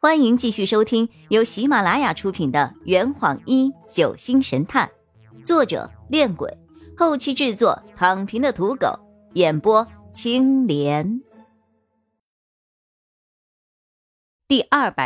欢迎继续收听由喜马拉雅出品的《圆谎一九星神探》，作者恋鬼，后期制作躺平的土狗，演播青莲。第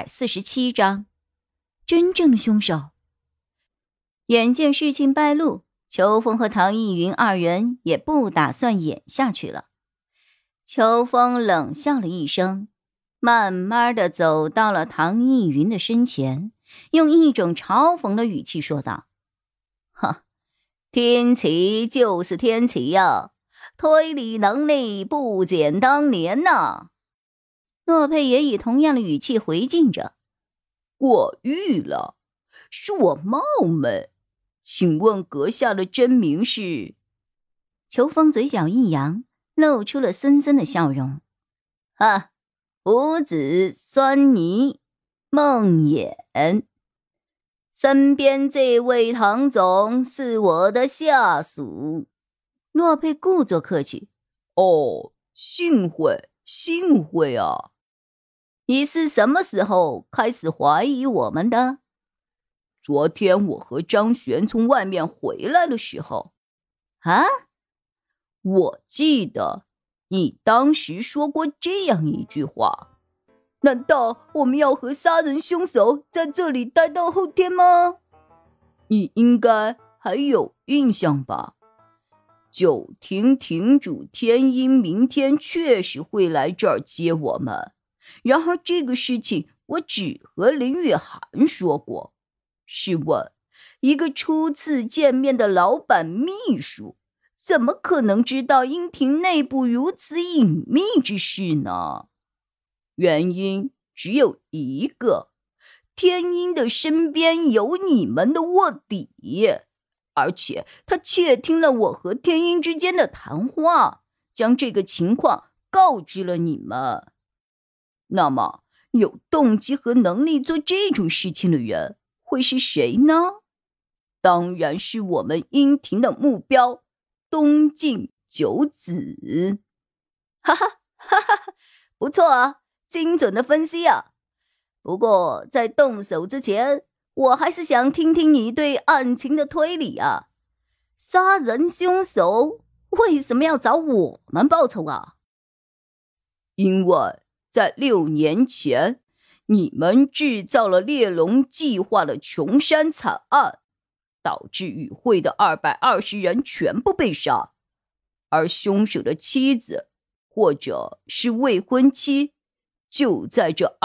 247章，真正的凶手。眼见事情败露，秋风和唐逸云二人也不打算演下去了。秋风冷笑了一声，慢慢地走到了唐逸云的身前，用一种嘲讽的语气说道：哈，天齐就是天齐呀，推理能力不减当年呐。洛佩也以同样的语气回敬着： 过誉了，是我冒昧，请问阁下的真名是？ 秋风嘴角一扬，露出了森森的笑容。啊，胡子酸泥梦魇，身边这位唐总是我的下属。洛佩故作客气。 哦，幸会啊。 你是什么时候开始怀疑我们的？ 昨天我和张璇从外面回来的时候。 啊？ 我记得你当时说过这样一句话，难道我们要和杀人凶手在这里待到后天吗？你应该还有印象吧？九亭亭主天音明天确实会来这儿接我们，然而这个事情我只和林月涵说过。试问，一个初次见面的老板秘书怎么可能知道英庭内部如此隐秘之事呢？原因只有一个，天音的身边有你们的卧底，而且他窃听了我和天音之间的谈话，将这个情况告知了你们。那么，有动机和能力做这种事情的人会是谁呢？当然是我们英庭的目标，东晋九子。哈哈哈哈，不错啊，精准的分析啊。不过在动手之前，我还是想听听你对案情的推理啊。杀人凶手为什么要找我们报仇啊？因为在6年前，你们制造了猎龙计划的琼山惨案，导致与会的220人全部被杀，而凶手的妻子或者是未婚妻就在这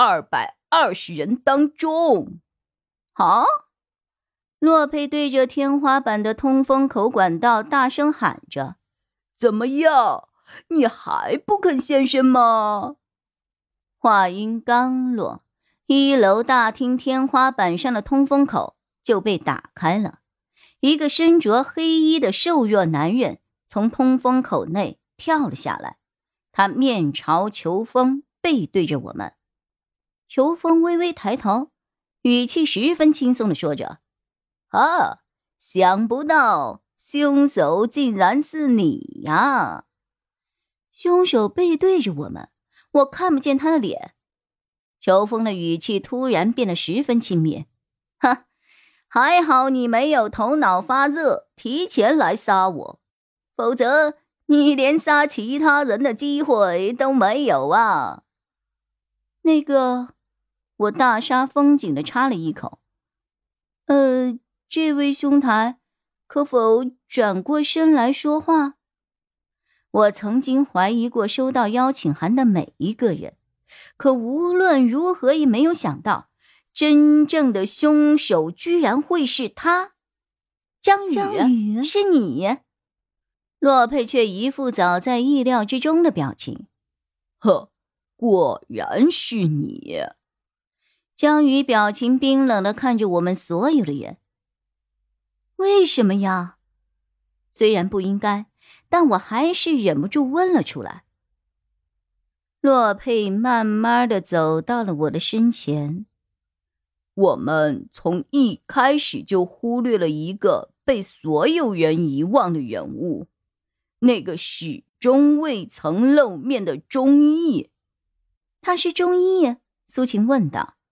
220人当中。啊！洛佩对着天花板的通风口管道大声喊着：怎么样，你还不肯现身吗？话音刚落，1楼大厅天花板上的通风口就被打开了，一个身着黑衣的瘦弱男人从通风口内跳了下来，他面朝秋风，背对着我们。秋风微微抬头，语气十分轻松地说着：啊，想不到凶手竟然是你呀！凶手背对着我们，我看不见他的脸。秋风的语气突然变得十分轻蔑：哈，还好你没有头脑发热，提前来杀我，否则你连杀其他人的机会都没有啊！那个，我大煞风景地插了一口。这位兄台，可否转过身来说话？我曾经怀疑过收到邀请函的每一个人，可无论如何也没有想到，真正的凶手居然会是他。江宇，是你？洛佩却一副早在意料之中的表情。呵，果然是你。江宇表情冰冷地看着我们所有的人。为什么呀？虽然不应该，但我还是忍不住问了出来。洛佩慢慢地走到了我的身前。我们从一开始就忽略了一个被所有人遗忘的人物，那个始终未曾露面的钟毅。他是钟毅？苏晴问道。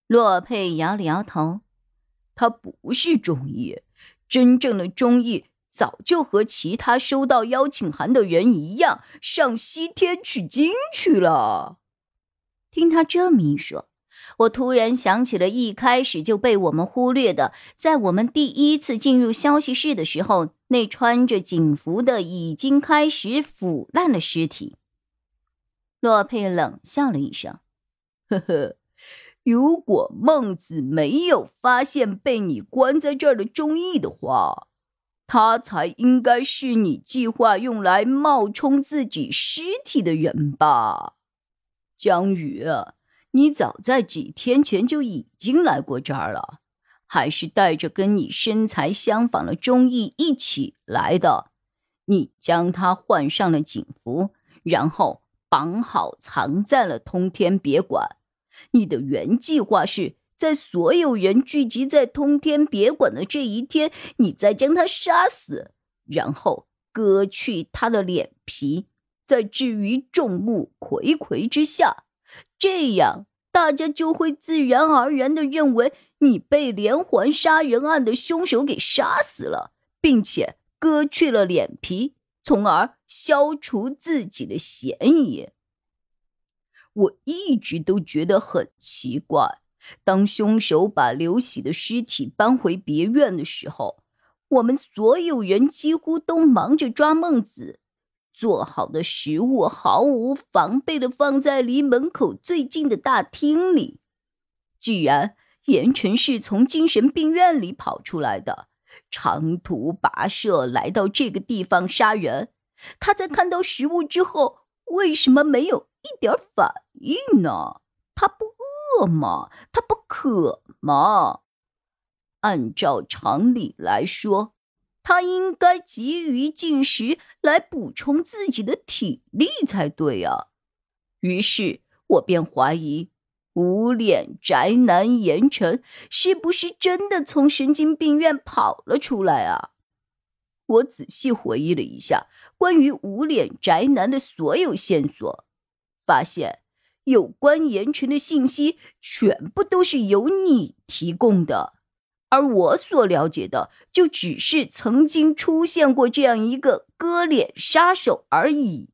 洛佩摇了摇头， 他不是忠义，真正的忠义早就和其他收到邀请函的人一样，上西天取经去了。 听他这么一说，我突然想起了一开始就被我们忽略的，在我们第一次进入消息室的时候，那穿着警服的已经开始腐烂的尸体。洛佩冷笑了一声， 呵呵，如果孟子没有发现被你关在这儿的忠义的话，他才应该是你计划用来冒充自己尸体的人吧？江宇，你早在几天前就已经来过这儿了，还是带着跟你身材相仿的忠义一起来的。你将他换上了警服，然后绑好藏在了通天别馆。你的原计划是在所有人聚集在通天别馆的这一天，你再将他杀死，然后割去他的脸皮，再置于众目睽睽之下，这样大家就会自然而然地认为你被连环杀人案的凶手给杀死了，并且割去了脸皮，从而消除自己的嫌疑。我一直都觉得很奇怪，当凶手把刘喜的尸体搬回别院的时候，我们所有人几乎都忙着抓孟子，做好的食物毫无防备地放在离门口最近的大厅里。既然严晨是从精神病院里跑出来的，长途跋涉来到这个地方杀人，他在看到食物之后，为什么没有一点反应呢？他不饿吗？他不渴吗？按照常理来说，他应该急于进食来补充自己的体力才对啊。于是我便怀疑无脸宅男严晨是不是真的从神经病院跑了出来啊？我仔细回忆了一下关于无脸宅男的所有线索，发现有关严晨的信息全部都是由你提供的，而我所了解的就只是曾经出现过这样一个割脸杀手而已。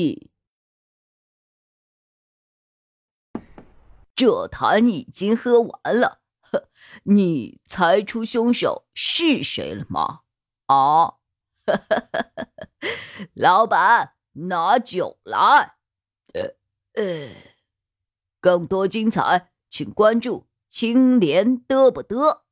这坛已经喝完了，你猜出凶手是谁了吗？啊？老板，拿酒来。更多精彩，请关注青莲嘚不嘚。